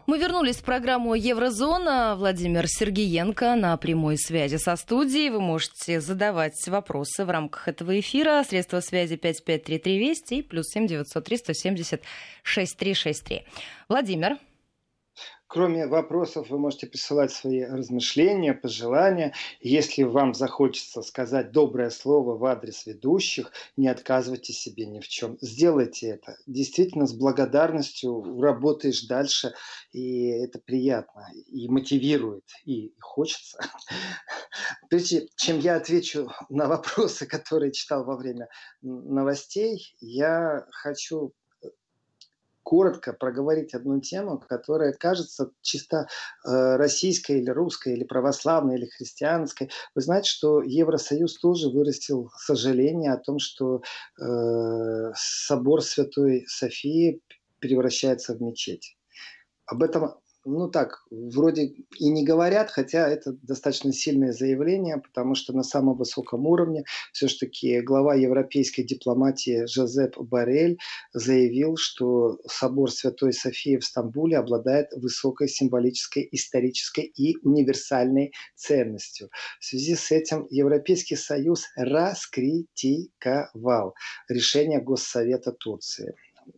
Мы вернулись в программу «Еврозона». Владимир Сергеенко на прямой связи со студией. Вы можете задавать вопросы в рамках этого эфира. Средства связи 5533 Вести и +7 903 170 6363. Владимир. Кроме вопросов, вы можете присылать свои размышления, пожелания. Если вам захочется сказать доброе слово в адрес ведущих, не отказывайте себе ни в чем. Сделайте это. Действительно, с благодарностью работаешь дальше, и это приятно, и мотивирует, и хочется. Прежде чем я отвечу на вопросы, которые читал во время новостей, я хочу коротко проговорить одну тему, которая кажется чисто российской или русской, или православной, или христианской. Вы знаете, что Евросоюз тоже вырастил сожаление о том, что собор Святой Софии превращается в мечеть. Об этом вроде и не говорят, хотя это достаточно сильное заявление, потому что на самом высоком уровне все-таки глава европейской дипломатии Жозеп Боррель заявил, что собор Святой Софии в Стамбуле обладает высокой символической, исторической и универсальной ценностью. В связи с этим Европейский Союз раскритиковал решение Госсовета Турции.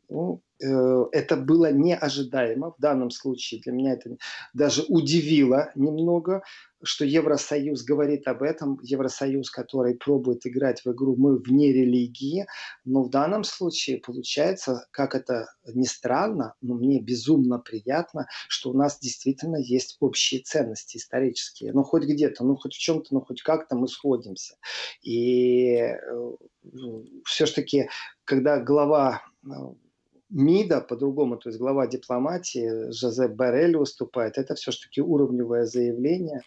Это было неожидаемо. В данном случае для меня это даже удивило немного, что Евросоюз говорит об этом. Евросоюз, который пробует играть в игру «мы вне религии». Но в данном случае получается, как это ни странно, но мне безумно приятно, что у нас действительно есть общие ценности исторические. Ну, хоть где-то, ну, хоть в чем-то, ну, хоть как-то мы сходимся. И все-таки, когда глава МИДа, по-другому, то есть глава дипломатии Жозеп Боррель выступает, это все-таки уровневое заявление.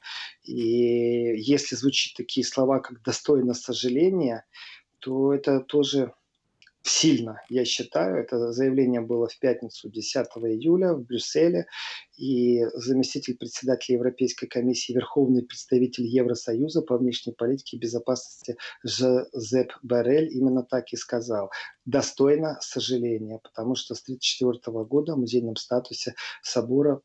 И если звучат такие слова, как «достойно сожаления», то это тоже сильно, я считаю. Это заявление было в пятницу 10 июля в Брюсселе. И заместитель председателя Европейской комиссии, верховный представитель Евросоюза по внешней политике и безопасности Жозеп Боррель именно так и сказал. Достойно сожаления, потому что с 1934 года в музейном статусе собора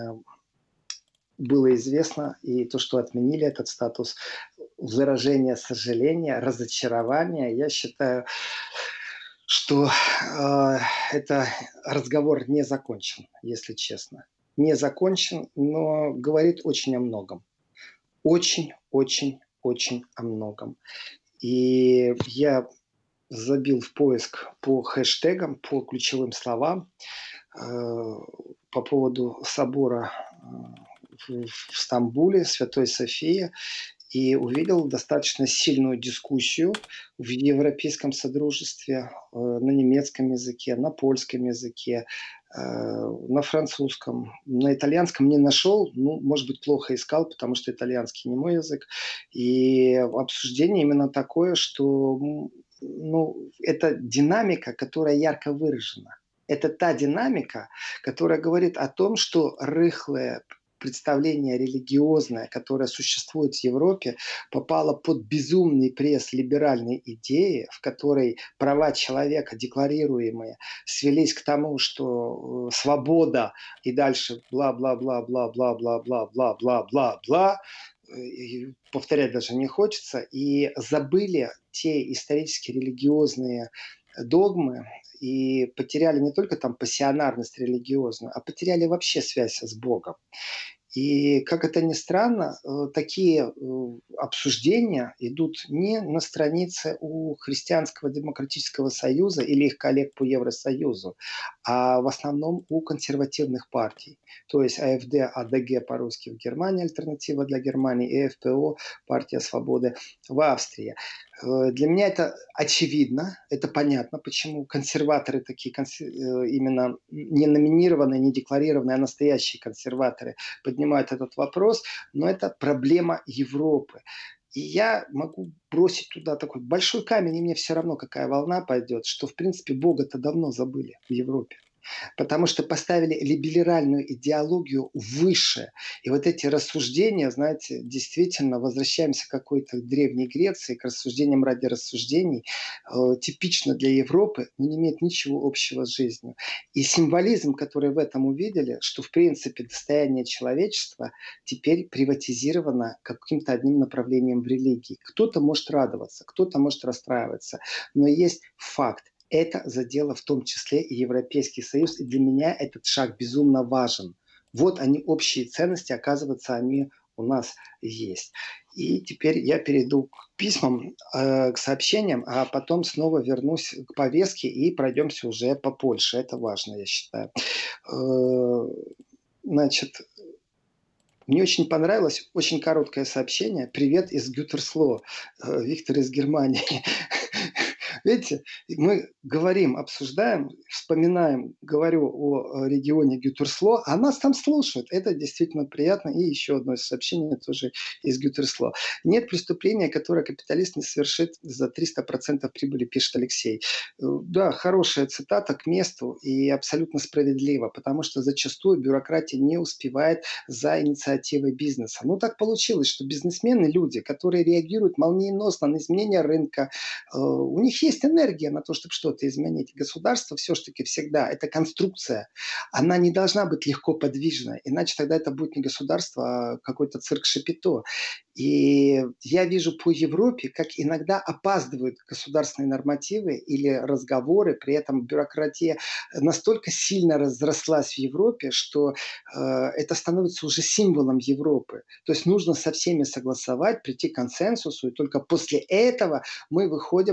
было известно, и то, что отменили этот статус, выражение сожаления, разочарования, я считаю, что это разговор не закончен, если честно. Не закончен, но говорит очень о многом. Очень о многом. И я забил в поиск по хэштегам, по ключевым словам по поводу собора в Стамбуле, Святой Софии, и увидел достаточно сильную дискуссию в Европейском Содружестве на немецком языке, на польском языке, на французском. На итальянском не нашел, может быть, плохо искал, потому что итальянский не мой язык. И обсуждение именно такое, что это динамика, которая ярко выражена. Это та динамика, которая говорит о том, что рыхлое представление религиозное, которое существует в Европе, попало под безумный пресс либеральной идеи, в которой права человека, декларируемые, свелись к тому, что свобода и дальше бла-бла-бла-бла-бла-бла-бла-бла-бла-бла, повторять даже не хочется, и забыли те исторические религиозные догмы, и потеряли не только там пассионарность религиозную, а потеряли вообще связь с Богом. И, как это ни странно, такие обсуждения идут не на странице у Христианского демократического союза или их коллег по Евросоюзу, а в основном у консервативных партий. То есть АФД, АДГ по-русски в Германии, Альтернатива для Германии, и ФПО, Партия Свободы в Австрии. Для меня это очевидно, это понятно, почему консерваторы такие, именно не номинированные, не декларированные, а настоящие консерваторы поднимают этот вопрос, но это проблема Европы. И я могу бросить туда такой большой камень, и мне все равно, какая волна пойдет, что, в принципе, Бога-то давно забыли в Европе. потому что поставили либеральную идеологию выше. И вот эти рассуждения, знаете, действительно, возвращаемся к какой-то Древней Греции, к рассуждениям ради рассуждений, типично для Европы, но не имеет ничего общего с жизнью. И символизм, который в этом увидели, что, в принципе, достояние человечества теперь приватизировано каким-то одним направлением в религии. Кто-то может радоваться, кто-то может расстраиваться, но есть факт. Это задело в том числе и Европейский Союз, и для меня этот шаг безумно важен. Вот они, общие ценности, оказывается, они у нас есть. И теперь я перейду к письмам, к сообщениям, а потом снова вернусь к повестке и пройдемся уже по Польше. Это важно, я считаю. Значит, мне очень понравилось, очень короткое сообщение. Привет из Гютерсло. Виктор из Германии. Видите, мы говорим, обсуждаем, вспоминаем, говорю о регионе Гютерсло, а нас там слушают. Это действительно приятно. И еще одно сообщение тоже из Гютерсло. Нет преступления, которое капиталист не совершит за 300% прибыли, пишет Алексей. Да, хорошая цитата к месту и абсолютно справедливо, потому что зачастую бюрократия не успевает за инициативой бизнеса. Ну, так получилось, что бизнесмены, люди, которые реагируют молниеносно на изменения рынка, у них есть энергия на то, чтобы что-то изменить. Государство все-таки всегда, это конструкция, она не должна быть легко подвижна, иначе тогда это будет не государство, а какой-то цирк Шапито. И я вижу по Европе, как иногда опаздывают государственные нормативы или разговоры, при этом бюрократия настолько сильно разрослась в Европе, что это становится уже символом Европы. То есть нужно со всеми согласовать, прийти к консенсусу, и только после этого мы выходим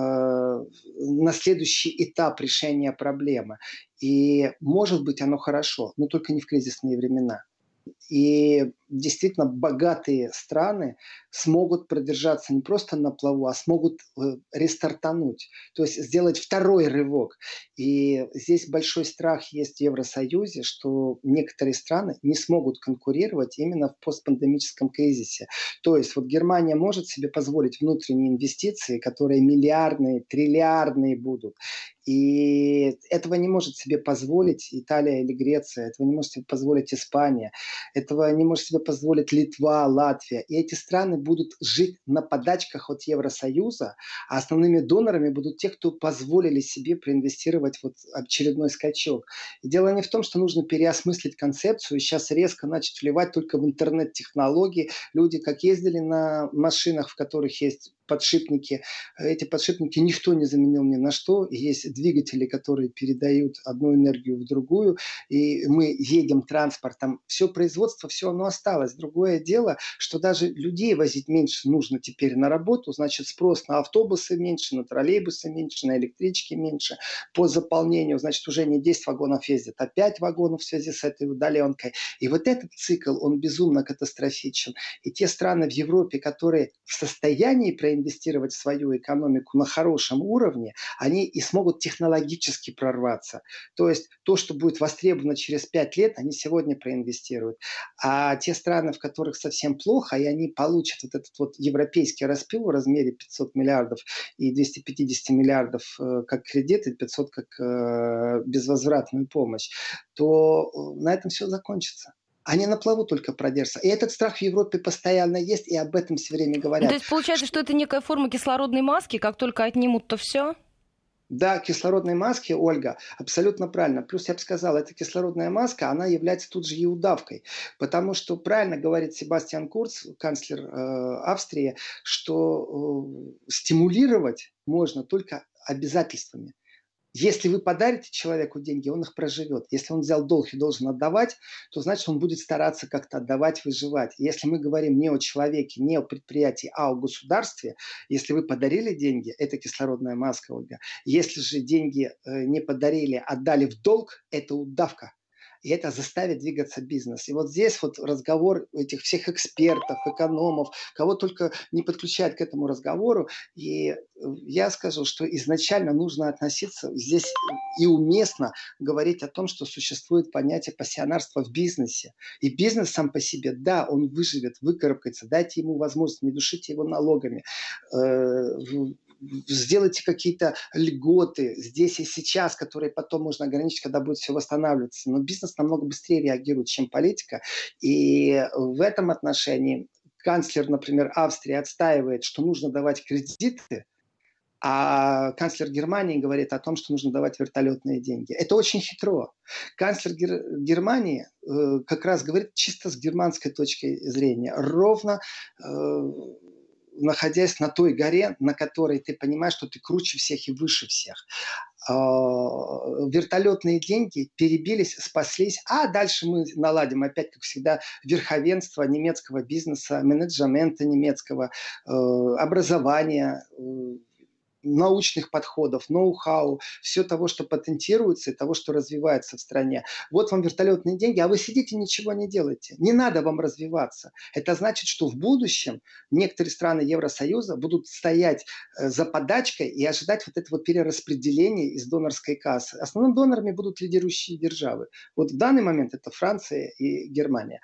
на следующий этап решения проблемы. И может быть оно хорошо, но только не в кризисные времена. И действительно богатые страны смогут продержаться не просто на плаву, а смогут рестартануть, то есть сделать второй рывок. И здесь большой страх есть в Евросоюзе, что некоторые страны не смогут конкурировать именно в постпандемическом кризисе. То есть вот Германия может себе позволить внутренние инвестиции, которые миллиардные, триллиардные будут. И этого не может себе позволить Италия или Греция, этого не может себе позволить Испания, этого не может себе позволить Литва, Латвия. И эти страны будут жить на подачках от Евросоюза, а основными донорами будут те, кто позволили себе проинвестировать вот очередной скачок. И дело не в том, что нужно переосмыслить концепцию и сейчас резко начать вливать только в интернет-технологии. Люди как ездили на машинах, в которых есть подшипники. Эти подшипники никто не заменил ни на что. Есть двигатели, которые передают одну энергию в другую. И мы едем транспортом. Все производство, все оно осталось. Другое дело, что даже людей возить меньше нужно теперь на работу. Значит, спрос на автобусы меньше, на троллейбусы меньше, на электрички меньше. По заполнению, значит, уже не 10 вагонов ездят, а 5 вагонов в связи с этой удаленкой. И вот этот цикл, он безумно катастрофичен. И те страны в Европе, которые в состоянии проинвестировать в свою экономику на хорошем уровне, они и смогут технологически прорваться. То есть то, что будет востребовано через 5 лет, они сегодня проинвестируют. А те страны, в которых совсем плохо, и они получат вот этот вот европейский распил в размере 500 миллиардов и 250 миллиардов как кредит, и 500 как безвозвратную помощь, то на этом все закончится. Они на плаву только продержатся. И этот страх в Европе постоянно есть, и об этом все время говорят. То есть получается, что это некая форма кислородной маски, как только отнимут, то все? Да, кислородные маски, Ольга, абсолютно правильно. Плюс я бы сказал, эта кислородная маска, она является тут же и удавкой. Потому что правильно говорит Себастьян Курц, канцлер Австрии, что стимулировать можно только обязательствами. Если вы подарите человеку деньги, он их проживет. Если он взял долг и должен отдавать, то значит он будет стараться как-то отдавать, выживать. Если мы говорим не о человеке, не о предприятии, а о государстве, если вы подарили деньги, это кислородная маска, Ольга. Если же деньги не подарили, отдали в долг, это удавка. И это заставит двигаться бизнес. И вот здесь вот разговор этих всех экспертов, экономов, кого только не подключают к этому разговору. И я скажу, что изначально нужно относиться здесь и уместно говорить о том, что существует понятие пассионарства в бизнесе. И бизнес сам по себе, да, он выживет, выкарабкается. Дайте ему возможность, не душите его налогами. сделайте какие-то льготы здесь и сейчас, которые потом можно ограничить, когда будет все восстанавливаться. Но бизнес намного быстрее реагирует, чем политика. И в этом отношении канцлер, например, Австрии отстаивает, что нужно давать кредиты, а канцлер Германии говорит о том, что нужно давать вертолетные деньги. Это очень хитро. Канцлер Германии как раз говорит чисто с германской точки зрения. Ровно находясь на той горе, на которой ты понимаешь, что ты круче всех и выше всех. Вертолетные деньги перебились, спаслись, а дальше мы наладим опять, как всегда, верховенство немецкого бизнеса, менеджмента немецкого, образования, научных подходов, ноу-хау, все того, что патентируется и того, что развивается в стране. Вот вам вертолетные деньги, а вы сидите, ничего не делаете. Не надо вам развиваться. Это значит, что в будущем некоторые страны Евросоюза будут стоять за подачкой и ожидать вот этого перераспределения из донорской кассы. Основными донорами будут лидирующие державы. Вот в данный момент это Франция и Германия.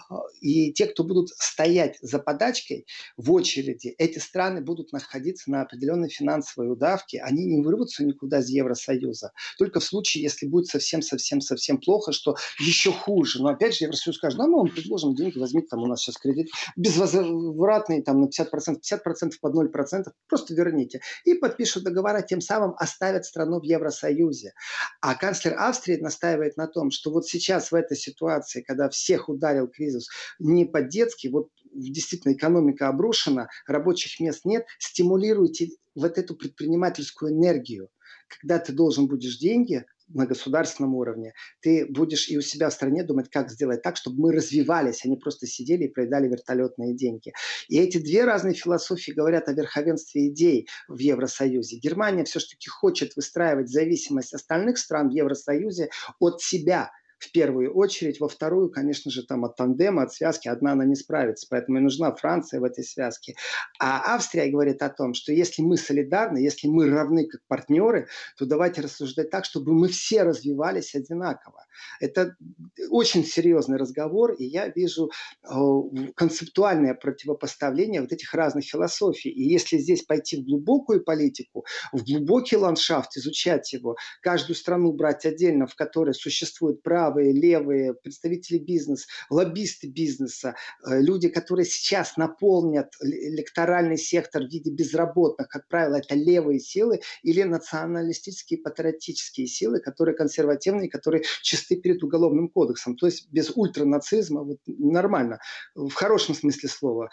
И те, кто будут стоять за подачкой в очереди, эти страны будут находиться на определенной финансовой удавке, они не вырвутся никуда из Евросоюза. Только в случае, если будет совсем плохо, что еще хуже. Но опять же Евросоюз скажет, мы вам предложим деньги, возьмите там у нас сейчас кредит безвозвратный там, на 50%, 50% под 0%, просто верните. И подпишут договора, тем самым оставят страну в Евросоюзе. А канцлер Австрии настаивает на том, что вот сейчас в этой ситуации, когда всех ударил кризис не по-детски, вот действительно экономика обрушена, рабочих мест нет, стимулируйте вот эту предпринимательскую энергию. Когда ты должен будешь деньги на государственном уровне, ты будешь и у себя в стране думать, как сделать так, чтобы мы развивались, а не просто сидели и проедали вертолетные деньги. И эти две разные философии говорят о верховенстве идей в Евросоюзе. Германия все-таки хочет выстраивать зависимость остальных стран в Евросоюзе от себя, в первую очередь, во вторую, конечно же, там от тандема, от связки одна она не справится, поэтому и нужна Франция в этой связке. А Австрия говорит о том, что если мы солидарны, если мы равны как партнеры, то давайте рассуждать так, чтобы мы все развивались одинаково. Это очень серьезный разговор, и я вижу концептуальное противопоставление вот этих разных философий. И если здесь пойти в глубокую политику, в глубокий ландшафт, изучать его, каждую страну брать отдельно, в которой существует правые, левые, представители бизнеса, лоббисты бизнеса, люди, которые сейчас наполнят электоральный сектор в виде безработных, как правило, это левые силы или националистические, патриотические силы, которые консервативные, которые чисты перед уголовным кодексом. То есть без ультранацизма, вот, нормально, в хорошем смысле слова,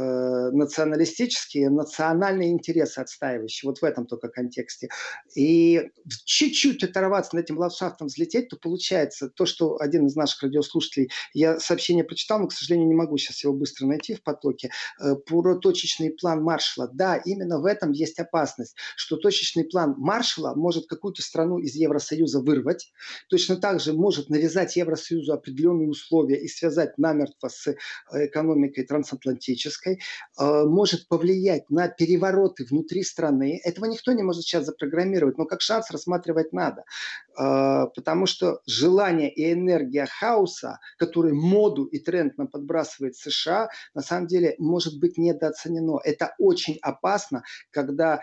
националистические, национальные интересы отстаивающие, вот в этом только контексте. И чуть-чуть оторваться над этим ландшафтом, взлететь, то получается то, что один из наших радиослушателей, я сообщение прочитал, но, к сожалению, не могу сейчас его быстро найти в потоке, про точечный план Маршалла. Да, именно в этом есть опасность, что точечный план Маршалла может какую-то страну из Евросоюза вырвать, точно так же может навязать Евросоюзу определенные условия и связать намертво с экономикой трансатлантической, может повлиять на перевороты внутри страны. Этого никто не может сейчас запрограммировать, но как шанс рассматривать надо, потому что желание и энергия хаоса, который моду и тренд нам подбрасывает США, на самом деле может быть недооценено. Это очень опасно, когда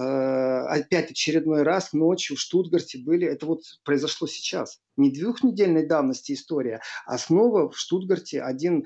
опять очередной раз ночью в Штутгарте были, это вот произошло сейчас, не двухнедельной давности история, а снова в Штутгарте один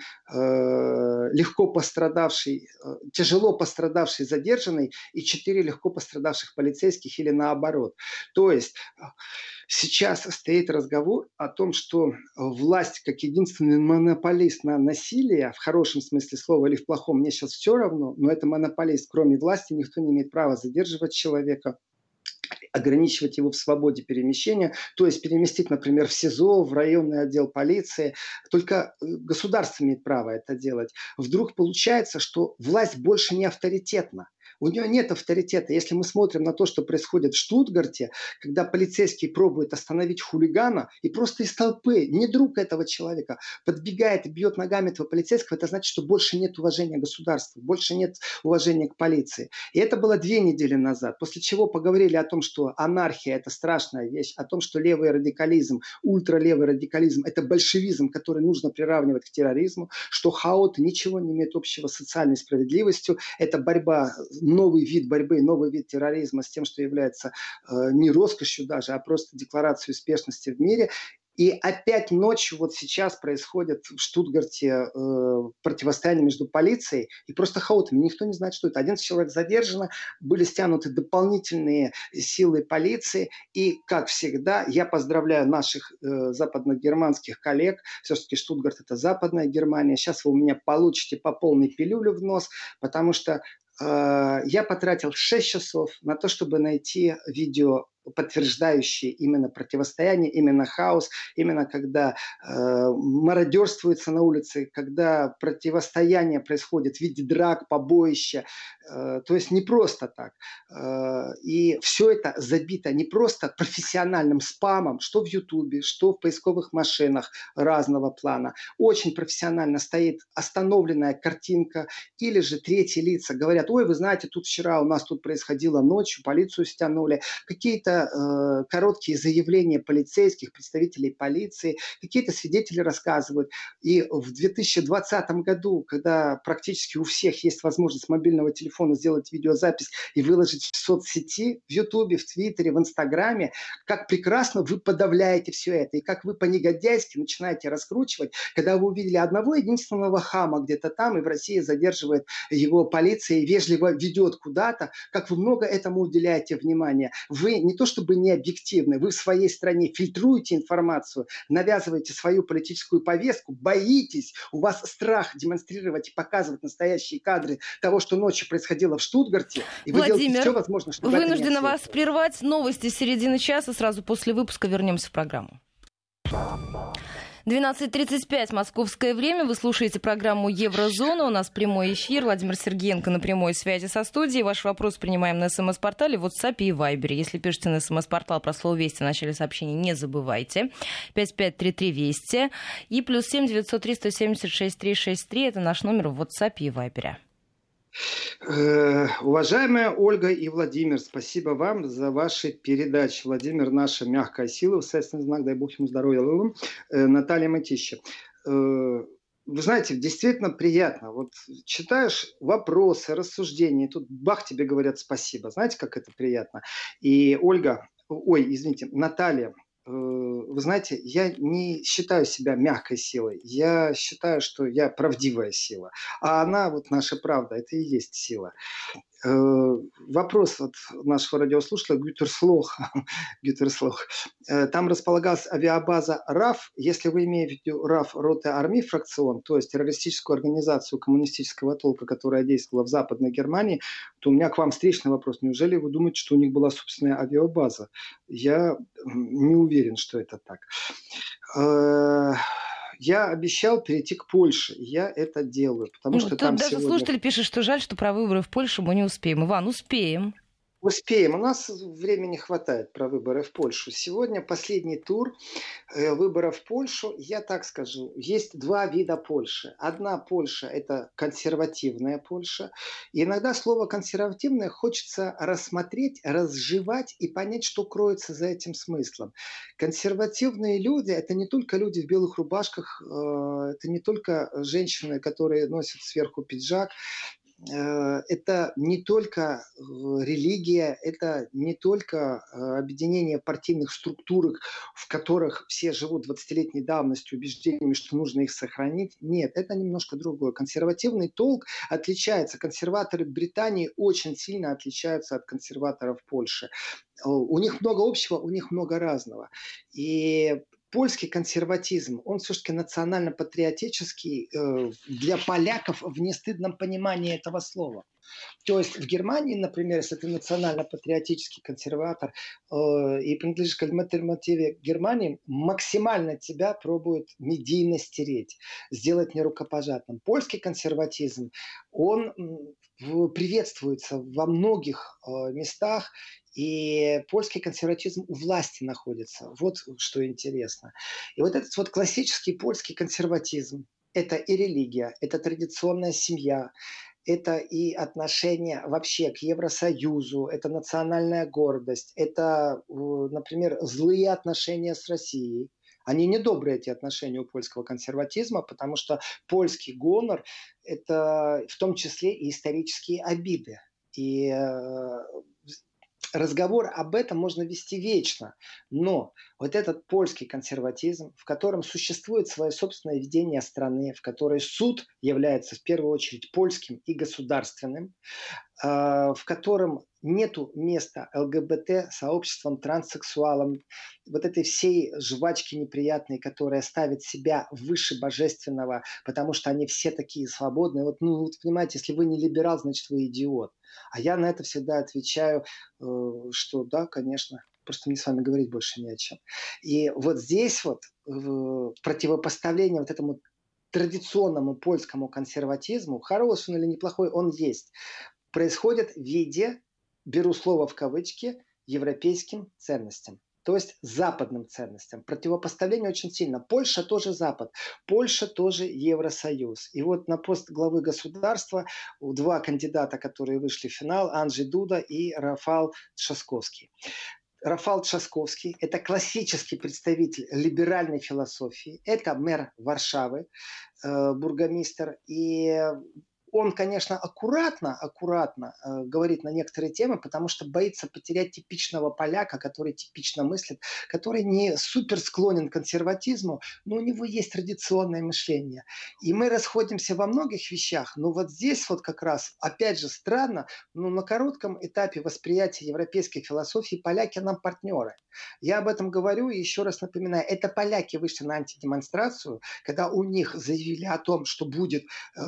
легко пострадавший, тяжело пострадавший задержанный и 4 легко пострадавших полицейских или наоборот. То есть сейчас стоит разговор о том, что власть как единственный монополист на насилие, в хорошем смысле слова или в плохом, мне сейчас все равно, но это монополист. Кроме власти никто не имеет права задерживать человека, ограничивать его в свободе перемещения, то есть переместить, например, в СИЗО, в районный отдел полиции. Только государство имеет право это делать. Вдруг получается, что власть больше не авторитетна. У нее нет авторитета. Если мы смотрим на то, что происходит в Штутгарте, когда полицейский пробует остановить хулигана и просто из толпы, не друг этого человека, подбегает и бьет ногами этого полицейского, это значит, что больше нет уважения к государству, больше нет уважения к полиции. И это было 2 недели назад, после чего поговорили о том, что анархия – это страшная вещь, о том, что левый радикализм, ультралевый радикализм – это большевизм, который нужно приравнивать к терроризму, что хаоты ничего не имеют общего с социальной справедливостью, это борьба новый вид борьбы, новый вид терроризма с тем, что является не роскошью даже, а просто декларацией успешности в мире. И опять ночью, вот сейчас происходит в Штутгарте противостояние между полицией и просто хаотами. Никто не знает, что это. 11 человек задержано, были стянуты дополнительные силы полиции. И, как всегда, я поздравляю наших западногерманских коллег. Все-таки Штутгарт – это западная Германия. Сейчас вы у меня получите по полной пилюлю в нос, потому что я потратил 6 часов на то, чтобы найти видео, подтверждающие именно противостояние, именно хаос, именно когда мародерствуется на улице, когда противостояние происходит в виде драк, побоища. То есть не просто так. И все это забито не просто профессиональным спамом, что в Ютубе, что в поисковых машинах разного плана. Очень профессионально стоит остановленная картинка, или же третьи лица говорят: ой, вы знаете, тут вчера у нас тут происходило ночью, полицию стянули, какие-то короткие заявления полицейских, представителей полиции, какие-то свидетели рассказывают. И в 2020 году, когда практически у всех есть возможность мобильного телефона сделать видеозапись и выложить в соцсети, в Ютубе, в Твиттере, в Инстаграме, как прекрасно вы подавляете все это, и как вы по-негодяйски начинаете раскручивать, когда вы увидели одного единственного хама где-то там, и в России задерживает его полиция и вежливо ведет куда-то, как вы много этому уделяете внимания. Вы не то чтобы не объективны, вы в своей стране фильтруете информацию, навязываете свою политическую повестку, боитесь, у вас страх демонстрировать и показывать настоящие кадры того, что ночью происходило в Штутгарте, и вы делаете все возможное, чтобы вынуждена вас прервать. Новости середины часа. Сразу после выпуска вернемся в программу. 12:35 московское время. Вы слушаете программу «Еврозона». У нас прямой эфир. Владимир Сергеенко на прямой связи со студией. Ваш вопрос принимаем на СМС-портале, в WhatsApp и Viber. Если пишете на СМС-портал про слово «Вести» в начале сообщения, не забывайте. 5533 Вести. И +7 903 176 363. Это наш номер в WhatsApp и Viber. Уважаемая Ольга и Владимир, спасибо вам за ваши передачи. Владимир — наша мягкая сила, высочайший знак, дай бог ему здоровья. Наталья Матища. Вы знаете, действительно приятно. Вот читаешь вопросы, рассуждения, и тут бах, тебе говорят спасибо. Знаете, как это приятно? И Наталья, вы знаете, я не считаю себя мягкой силой. Я считаю, что я правдивая сила. А она, вот наша правда, это и есть сила. Вопрос от нашего радиослушателя Гютерслох. Там располагалась авиабаза РАФ. Если вы имеете в виду РАФ Роте Арми фракцион, то есть террористическую организацию коммунистического толка, которая действовала в Западной Германии, то у меня к вам встречный вопрос. Неужели вы думаете, что у них была собственная авиабаза? Я не уверен, что это так. Я обещал перейти к Польше. Я это делаю, потому что тут там даже сегодня... слушатель пишет, что жаль, что про выборы в Польше мы не успеем. Иван, успеем. Успеем. У нас времени хватает про выборы в Польшу. Сегодня последний тур выборов в Польшу. Я так скажу, есть два вида Польши. Одна Польша – это консервативная Польша. И иногда слово «консервативное» хочется рассмотреть, разжевать и понять, что кроется за этим смыслом. Консервативные люди – это не только люди в белых рубашках, это не только женщины, которые носят сверху пиджак. Это не только религия, это не только объединение партийных структур, в которых все живут 20-летней давностью, убеждениями, что нужно их сохранить. Нет, это немножко другое. Консервативный толк отличается. Консерваторы Британии очень сильно отличаются от консерваторов Польши. У них много общего, у них много разного. И польский консерватизм, он все-таки национально-патриотический для поляков в нестыдном понимании этого слова. То есть в Германии, например, если ты национально-патриотический консерватор и принадлежишь к альтернативе Германии, максимально тебя пробуют медийно стереть, сделать нерукопожатным. Польский консерватизм, он приветствуется во многих местах, и польский консерватизм у власти находится. Вот что интересно. И вот этот вот классический польский консерватизм, это и религия, это традиционная семья, это и отношение вообще к Евросоюзу, это национальная гордость, это, например, злые отношения с Россией. Они недобрые, эти отношения у польского консерватизма, потому что польский гонор – это в том числе и исторические обиды. И разговор об этом можно вести вечно, но вот этот польский консерватизм, в котором существует свое собственное видение страны, в которой суд является в первую очередь польским и государственным, в котором нету места ЛГБТ, сообществам, транссексуалам, вот этой всей жвачки неприятной, которая ставит себя выше божественного, потому что они все такие свободные. Вот, ну, вот понимаете, если вы не либерал, значит вы идиот. А я на это всегда отвечаю, что да, конечно, просто мне с вами говорить больше не о чем. И вот здесь вот противопоставление вот этому традиционному польскому консерватизму, хороший он или неплохой, он есть, происходит в виде, беру слово в кавычки, европейским ценностям. То есть западным ценностям. Противопоставление очень сильно. Польша тоже Запад. Польша тоже Евросоюз. И вот на пост главы государства два кандидата, которые вышли в финал, Анджей Дуда и Рафал Трzaskowski. Рафал Трzaskowski – это классический представитель либеральной философии. Это мэр Варшавы, бургомистр. И он, конечно, аккуратно говорит на некоторые темы, потому что боится потерять типичного поляка, который типично мыслит, который не супер склонен к консерватизму, но у него есть традиционное мышление. И мы расходимся во многих вещах, но вот здесь вот как раз, опять же, странно, но на коротком этапе восприятия европейской философии поляки нам партнеры. Я об этом говорю и еще раз напоминаю, это поляки вышли на антидемонстрацию, когда у них заявили о том, что будет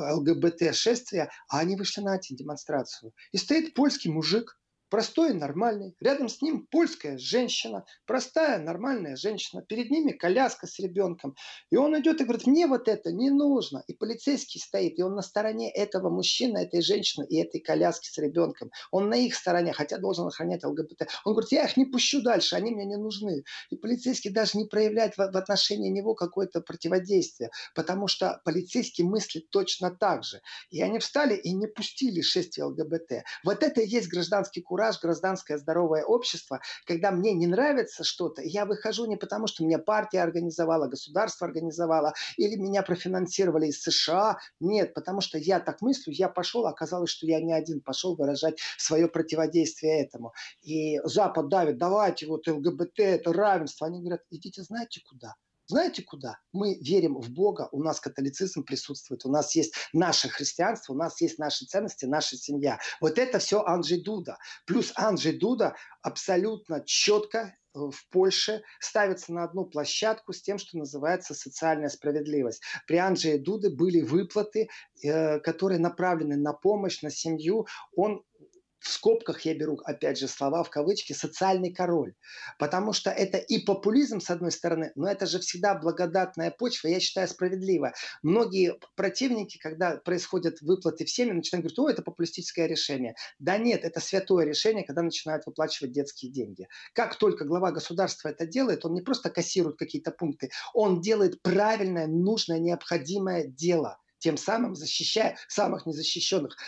ЛГБТ-6, а они вышли на антидемонстрацию. И стоит польский мужик, простой, нормальный. Рядом с ним польская женщина, простая, нормальная женщина. Перед ними коляска с ребенком. И он идет и говорит, мне вот это не нужно. И полицейский стоит, и он на стороне этого мужчины, этой женщины и этой коляски с ребенком. Он на их стороне, хотя должен охранять ЛГБТ. Он говорит, я их не пущу дальше, они мне не нужны. И полицейский даже не проявляет в отношении него какое-то противодействие, потому что полицейский мыслит точно так же. И они встали и не пустили шествие ЛГБТ. Вот это и есть гражданский кураж, гражданское здоровое общество, когда мне не нравится что-то, я выхожу не потому, что меня партия организовала, государство организовало, или меня профинансировали из США. Нет, потому что я так мыслю, я пошел, оказалось, что я не один пошел выражать свое противодействие этому. И Запад давит, давайте вот ЛГБТ, это равенство. Они говорят, идите знаете куда? Знаете куда? Мы верим в Бога, у нас католицизм присутствует, у нас есть наше христианство, у нас есть наши ценности, наша семья. Вот это все Анджей Дуда. Плюс Анджей Дуда абсолютно четко в Польше ставится на одну площадку с тем, что называется социальная справедливость. При Анджее Дуде были выплаты, которые направлены на помощь, на семью. Он в скобках я беру, опять же, слова в кавычки, социальный король. Потому что это и популизм, с одной стороны, но это же всегда благодатная почва, я считаю, справедливо. Многие противники, когда происходят выплаты в семьи, начинают говорить, о, это популистическое решение. Да нет, это святое решение, когда начинают выплачивать детские деньги. Как только глава государства это делает, он не просто кассирует какие-то пункты, он делает правильное, нужное, необходимое дело, тем самым защищая самых незащищенных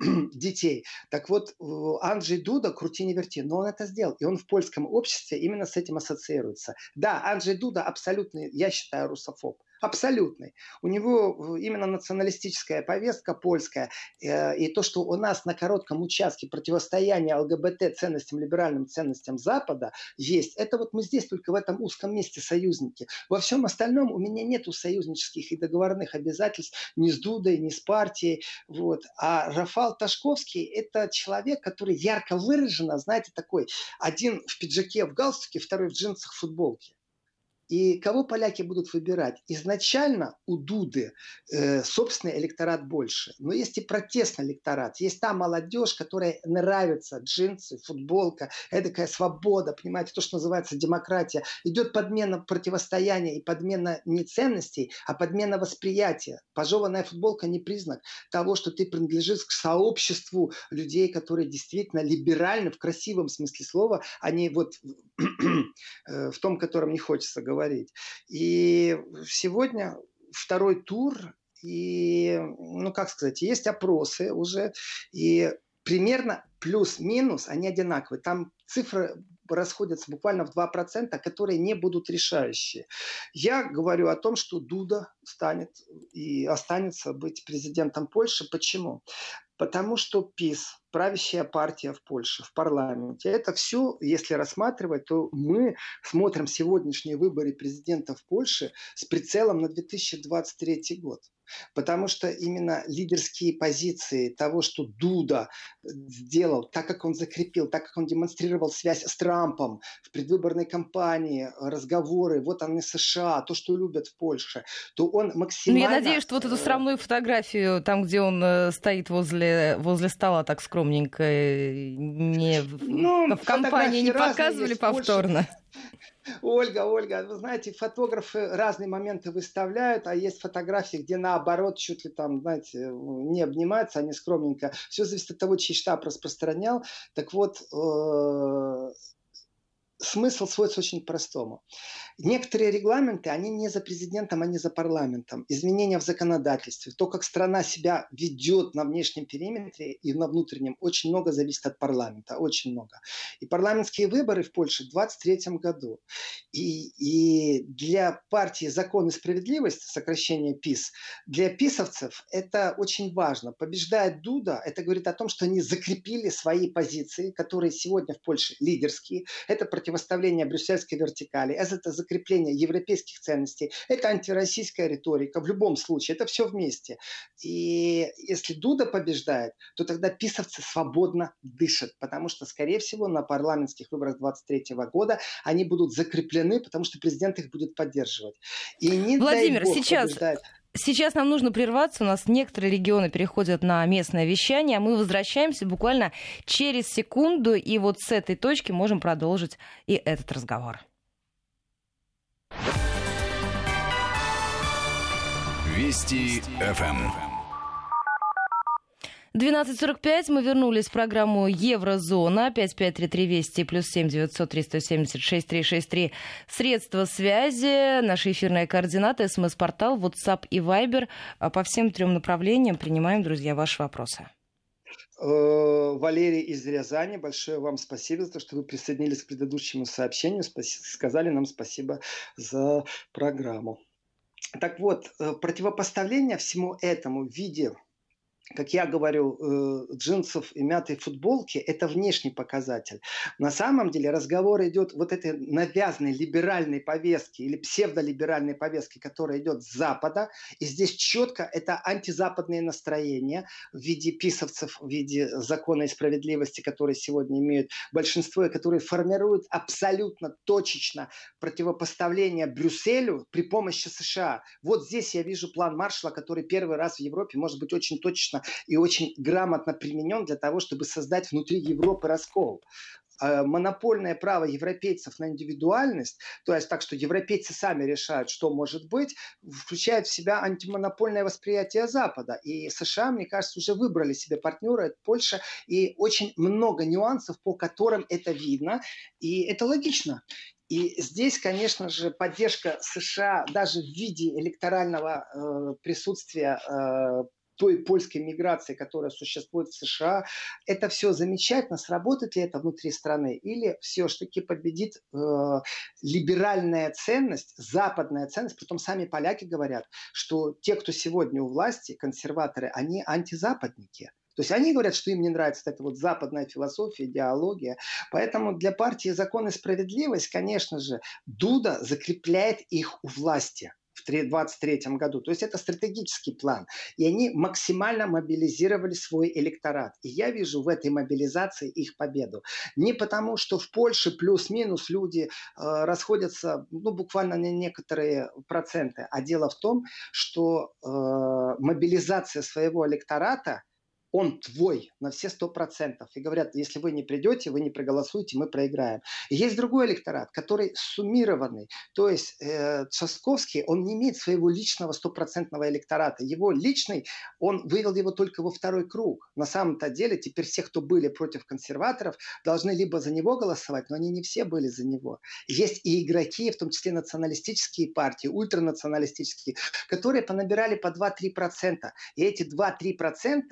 детей. Так вот, Анджей Дуда, крути не верти, но он это сделал. И он в польском обществе именно с этим ассоциируется. Да, Анджей Дуда абсолютный, я считаю, русофоб. Абсолютный. У него именно националистическая повестка польская. И то, что у нас на коротком участке противостояния ЛГБТ ценностям, либеральным ценностям Запада есть, это вот мы здесь только в этом узком месте союзники. Во всем остальном у меня нету союзнических и договорных обязательств ни с Дудой, ни с партией. Вот. А Рафал Трzaskowski – это человек, который ярко выраженно, знаете, такой, один в пиджаке, в галстуке, второй в джинсах, в футболке. И кого поляки будут выбирать? Изначально у Дуды собственный электорат больше. Но есть и протестный электорат. Есть та молодежь, которая нравится джинсы, футболка, эдакая свобода, понимаете, то, что называется демократия. Идет подмена противостояния и подмена не ценностей, а подмена восприятия. Пожеванная футболка не признак того, что ты принадлежишь к сообществу людей, которые действительно либеральны в красивом смысле слова, а не вот в том, котором не хочется говорить. И сегодня второй тур, и, ну как сказать, есть опросы уже, и примерно плюс-минус они одинаковые. Там цифры расходятся буквально в 2%, которые не будут решающие. Я говорю о том, что Дуда станет и останется быть президентом Польши. Почему? Потому что ПиС правящая партия в Польше, в парламенте. Это все, если рассматривать, то мы смотрим сегодняшние выборы президента в Польше с прицелом на 2023 год. Потому что именно лидерские позиции того, что Дуда сделал, так как он закрепил, так как он демонстрировал связь с Трампом в предвыборной кампании, разговоры, вот они США, то, что любят в Польше, то он максимально... Я надеюсь, что вот эту срамную фотографию, там, где он стоит возле стола так скромненько, в компании не показывали повторно. Ольга, вы знаете, фотографы разные моменты выставляют, а есть фотографии, где наоборот чуть ли там, знаете, не обнимаются, они скромненько. Все зависит от того, чей штаб распространял. Так вот, смысл сводится очень к простому. Некоторые регламенты, они не за президентом, они за парламентом. Изменения в законодательстве, то, как страна себя ведет на внешнем периметре и на внутреннем, очень много зависит от парламента, очень много. И парламентские выборы в Польше в 2023 году. И для партии «Закон и справедливость», сокращение ПИС, для писовцев это очень важно. Побеждает Дуда, это говорит о том, что они закрепили свои позиции, которые сегодня в Польше лидерские. Это противоставление брюссельской вертикали, это закрепление европейских ценностей, это антироссийская риторика. В любом случае, это все вместе. И если Дуда побеждает, то тогда писовцы свободно дышат, потому что, скорее всего, на парламентских выборах 2023 года они будут закреплены, потому что президент их будет поддерживать. И не Владимир, дай бог побеждает... Сейчас нам нужно прерваться. У нас некоторые регионы переходят на местное вещание. Мы возвращаемся буквально через секунду. И вот с этой точки можем продолжить и этот разговор. Вести ФМ. 12:45. Мы вернулись в программу «Еврозона». 5533 Вести плюс 7 900 370 6363. Средства связи, наши эфирные координаты, СМС-портал, WhatsApp и Viber. По всем 3 направлениям принимаем, друзья, ваши вопросы. Валерий из Рязани, большое вам спасибо за то, что вы присоединились к предыдущему сообщению. Сказали нам спасибо за программу. Так вот, противопоставление всему этому в виде, как я говорю, джинсов и мятой футболки – это внешний показатель. На самом деле разговор идет вот этой навязанной либеральной повестки или псевдолиберальной повестки, которая идет с Запада. И здесь четко это антизападные настроения в виде писовцев, в виде закона и справедливости, которые сегодня имеют большинство, и которые формируют абсолютно точечно противопоставление Брюсселю при помощи США. Вот здесь я вижу план Маршалла, который первый раз в Европе может быть очень точно и очень грамотно применен для того, чтобы создать внутри Европы раскол. Монопольное право европейцев на индивидуальность, то есть так, что европейцы сами решают, что может быть, включает в себя антимонопольное восприятие Запада. И США, мне кажется, уже выбрали себе партнера, это Польша, и очень много нюансов, по которым это видно, и это логично. И здесь, конечно же, поддержка США даже в виде электорального присутствия той польской миграции, которая существует в США, это все замечательно. Сработает ли это внутри страны? Или все-таки победит либеральная ценность, западная ценность? Притом сами поляки говорят, что те, кто сегодня у власти, консерваторы, они антизападники. То есть они говорят, что им не нравится эта вот западная философия, идеология. Поэтому для партии «Закон и справедливость», конечно же, Дуда закрепляет их у власти в 2023 году. То есть это стратегический план. И они максимально мобилизировали свой электорат. И я вижу в этой мобилизации их победу. Не потому, что в Польше плюс-минус люди расходятся буквально на некоторые проценты. А дело в том, что мобилизация своего электората, он твой на все 100%. И говорят, если вы не придете, вы не проголосуете, мы проиграем. И есть другой электорат, который суммированный. То есть Трzaskowski, он не имеет своего личного 100% электората. Его личный, он вывел его только во второй круг. На самом-то деле теперь все, кто были против консерваторов, должны либо за него голосовать, но они не все были за него. Есть и игроки, в том числе националистические партии, ультранационалистические, которые понабирали по 2-3%. И эти 2-3%, они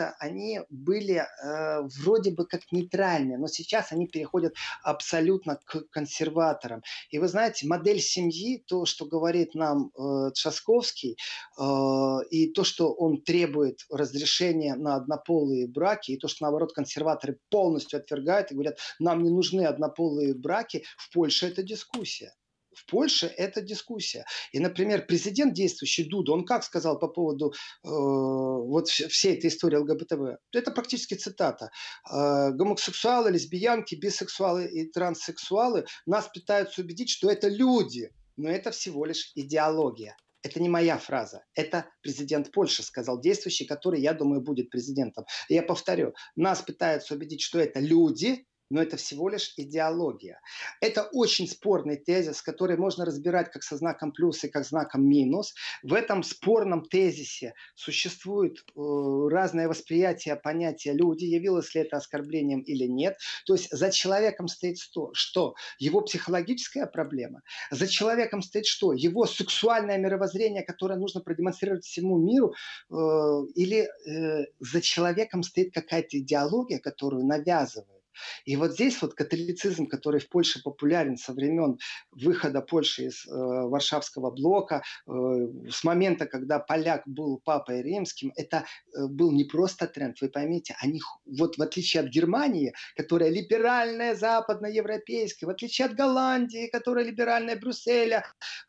они были вроде бы как нейтральны, но сейчас они переходят абсолютно к консерваторам. И вы знаете, модель семьи, то, что говорит нам Трzaskowski, и то, что он требует разрешения на однополые браки, и то, что, наоборот, консерваторы полностью отвергают и говорят, нам не нужны однополые браки, в Польше это дискуссия. В Польше это дискуссия. И, например, президент действующий Дуда, он как сказал по поводу вот всей этой истории ЛГБТВ? Это практически цитата. Гомосексуалы, лесбиянки, бисексуалы и транссексуалы нас пытаются убедить, что это люди, но это всего лишь идеология. Это не моя фраза. Это президент Польши сказал, действующий, который, я думаю, будет президентом. И я повторю, нас пытаются убедить, что это люди, но это всего лишь идеология. Это очень спорный тезис, который можно разбирать как со знаком плюс и как знаком минус. В этом спорном тезисе существует разное восприятие понятия «люди», явилось ли это оскорблением или нет. То есть за человеком стоит что? Его психологическая проблема. За человеком стоит что? Его сексуальное мировоззрение, которое нужно продемонстрировать всему миру. Или за человеком стоит какая-то идеология, которую навязывают. И вот здесь вот католицизм, который в Польше популярен со времен выхода Польши из Варшавского блока, с момента, когда поляк был папой римским, это был не просто тренд, вы поймите, они вот в отличие от Германии, которая либеральная, западноевропейская, в отличие от Голландии, которая либеральная, Брюсселя,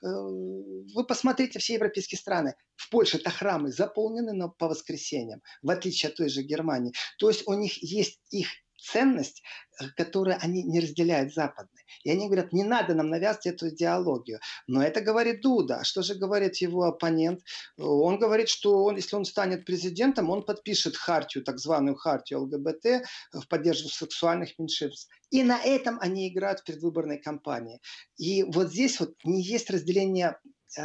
вы посмотрите все европейские страны, в Польше-то храмы заполнены по воскресеньям, в отличие от той же Германии. То есть у них есть их ценность, которую они не разделяют западные. И они говорят, не надо нам навязывать эту идеологию. Но это говорит Дуда. А что же говорит его оппонент? Он говорит, что если он станет президентом, он подпишет хартию, так званую хартию ЛГБТ в поддержку сексуальных меньшинств. И на этом они играют в предвыборной кампании. И вот здесь вот не есть разделение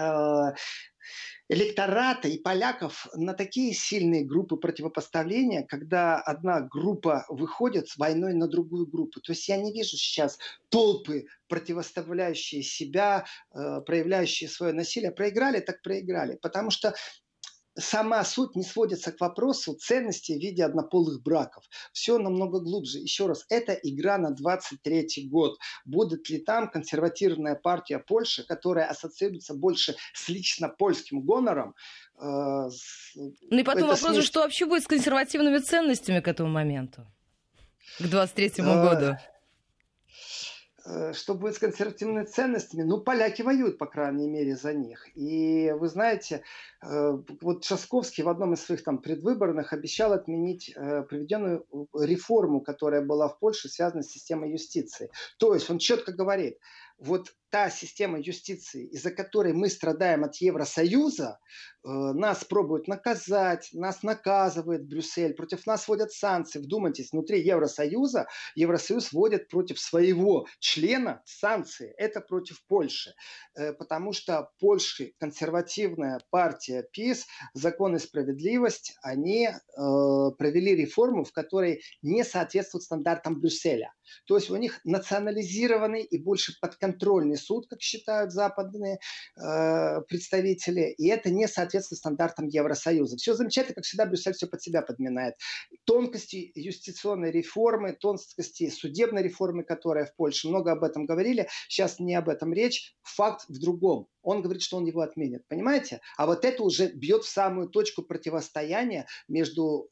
электората и поляков на такие сильные группы противопоставления, когда одна группа выходит с войной на другую группу. То есть я не вижу сейчас толпы, противоставляющие себя, проявляющие свое насилие. Проиграли, так проиграли. Потому что сама суть не сводится к вопросу ценности в виде однополых браков. Все намного глубже. Еще раз, это игра на 23-й год. Будет ли там консервативная партия Польши, которая ассоциируется больше с лично польским гонором? Ну и потом вопрос же, что вообще будет с консервативными ценностями к этому моменту, к 23-му году? Что будет с консервативными ценностями? Ну, поляки воюют, по крайней мере, за них. И вы знаете, вот Трzaskowski в одном из своих там предвыборных обещал отменить проведенную реформу, которая была в Польше, связанная с системой юстиции. То есть он четко говорит, вот та система юстиции, из-за которой мы страдаем от Евросоюза, нас пробуют наказать, нас наказывает Брюссель, против нас вводят санкции. Вдумайтесь, внутри Евросоюза Евросоюз вводит против своего члена санкции. Это против Польши. Потому что Польша, консервативная партия ПиS, Закон и справедливость, они провели реформу, в которой не соответствует стандартам Брюсселя. То есть у них национализированный и больше подконтрольный суд, как считают западные представители, и это не соответствует стандартам Евросоюза. Все замечательно, как всегда, Брюссель все под себя подминает. Тонкости юстиционной реформы, тонкости судебной реформы, которая в Польше, много об этом говорили, сейчас не об этом речь, факт в другом. Он говорит, что он его отменит, понимаете? А вот это уже бьет в самую точку противостояния между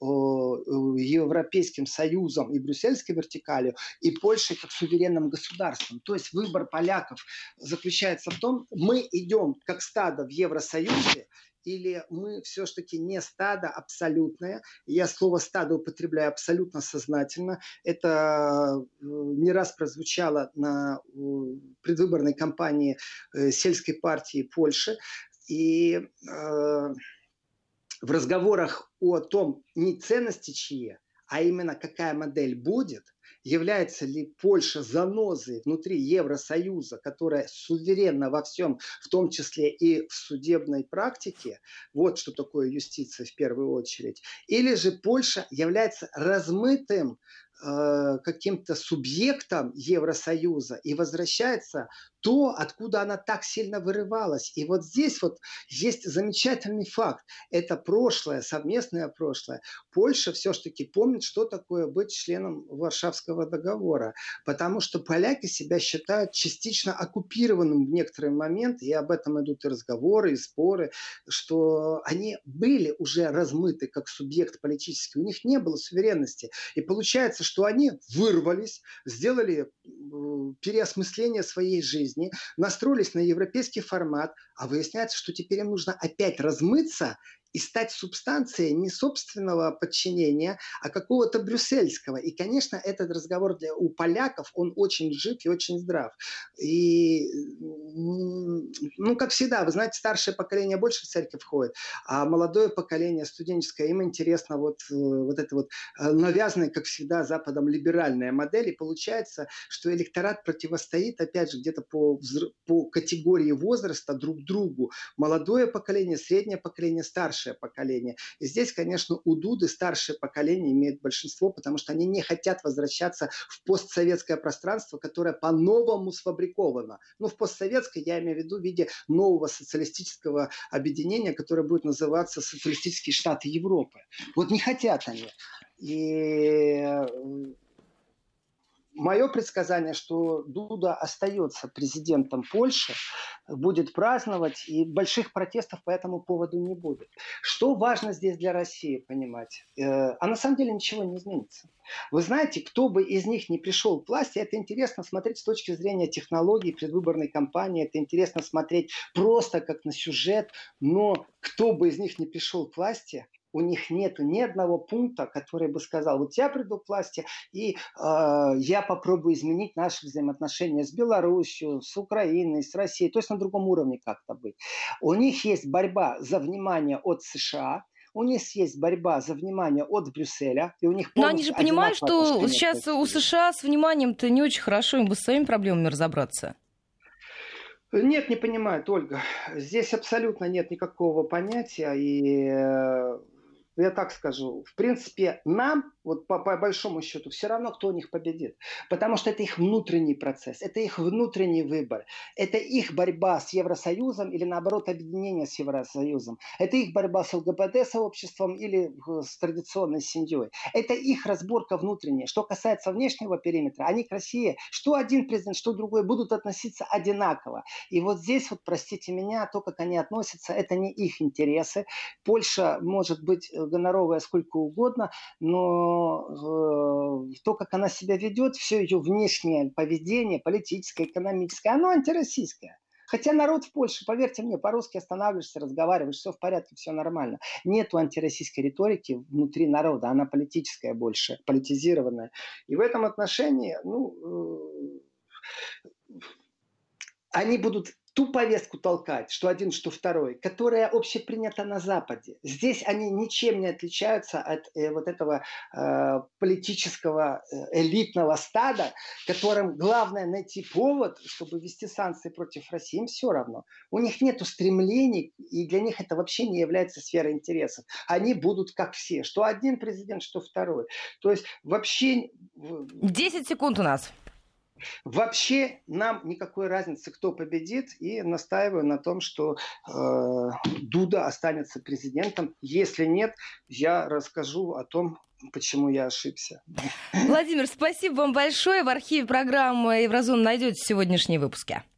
Европейским Союзом и брюссельской вертикалью и Польшей как суверенным государством. То есть выбор поляков заключается в том, мы идем как стадо в Евросоюзе, или мы все-таки не стадо абсолютное. Я слово «стадо» употребляю абсолютно сознательно. Это не раз прозвучало на предвыборной кампании сельской партии Польши. И в разговорах о том, не ценности чьи, а именно какая модель будет, является ли Польша занозой внутри Евросоюза, которая суверенна во всем, в том числе и в судебной практике, вот что такое юстиция в первую очередь, или же Польша является размытым каким-то субъектом Евросоюза и возвращается то, откуда она так сильно вырывалась. И вот здесь вот есть замечательный факт. Это прошлое, совместное прошлое. Польша все-таки помнит, что такое быть членом Варшавского договора. Потому что поляки себя считают частично оккупированным в некоторые моменты, и об этом идут и разговоры, и споры, что они были уже размыты как субъект политический, у них не было суверенности. И получается, что они вырвались, сделали переосмысление своей жизни, настроились на европейский формат, а выясняется, что теперь им нужно опять размыться и стать субстанцией не собственного подчинения, а какого-то брюссельского. И, конечно, этот разговор у поляков, он очень жив и очень здрав. И, как всегда, вы знаете, старшее поколение больше в церковь ходит, а молодое поколение, студенческое, им интересно вот это вот навязанная, как всегда, Западом либеральная модель. И получается, что электорат противостоит, опять же, где-то по категории возраста друг другу. Молодое поколение, среднее поколение, старшее поколение. И здесь, конечно, у Дуды старшее поколение имеет большинство, потому что они не хотят возвращаться в постсоветское пространство, которое по-новому сфабриковано. В постсоветское я имею в виду в виде нового социалистического объединения, которое будет называться Социалистические Штаты Европы. Вот не хотят они. И мое предсказание, что Дуда остается президентом Польши, будет праздновать, и больших протестов по этому поводу не будет. Что важно здесь для России понимать? А на самом деле ничего не изменится. Вы знаете, кто бы из них не пришел к власти, это интересно смотреть с точки зрения технологий предвыборной кампании, это интересно смотреть просто как на сюжет, но кто бы из них не пришел к власти, у них нет ни одного пункта, который бы сказал, вот я приду к власти, и я попробую изменить наши взаимоотношения с Беларусью, с Украиной, с Россией, то есть на другом уровне как-то быть. У них есть борьба за внимание от США, у них есть борьба за внимание от Брюсселя, и у них но они же понимают, что сейчас у США с вниманием-то не очень хорошо, им бы с своими проблемами разобраться. Нет, не понимают, Ольга. Здесь абсолютно нет никакого понятия, и я так скажу, в принципе, нам, вот по большому счету, все равно, кто у них победит. Потому что это их внутренний процесс, это их внутренний выбор. Это их борьба с Евросоюзом или, наоборот, объединение с Евросоюзом. Это их борьба с ЛГБТ-сообществом или с традиционной семьей. Это их разборка внутренняя. Что касается внешнего периметра, они к России, что один президент, что другой, будут относиться одинаково. И вот здесь, вот, простите меня, то, как они относятся, это не их интересы. Польша может быть гоноровая сколько угодно, но то, как она себя ведет, все ее внешнее поведение, политическое, экономическое, оно антироссийское. Хотя народ в Польше, поверьте мне, по-русски останавливаешься, разговариваешь, все в порядке, все нормально. Нету антироссийской риторики внутри народа, она политическая больше, политизированная. И в этом отношении, они будут ту повестку толкать, что один, что второй, которая общепринята на Западе. Здесь они ничем не отличаются от вот этого политического элитного стада, которым главное найти повод, чтобы ввести санкции против России. Им все равно. У них нет стремлений, и для них это вообще не является сферой интересов. Они будут как все. Что один президент, что второй. То есть вообще... 10 секунд у нас. Вообще нам никакой разницы, кто победит, и настаиваю на том, что Дуда останется президентом. Если нет, я расскажу о том, почему я ошибся. Владимир, спасибо вам большое. В архиве программы «Еврозона» найдете сегодняшние выпуски.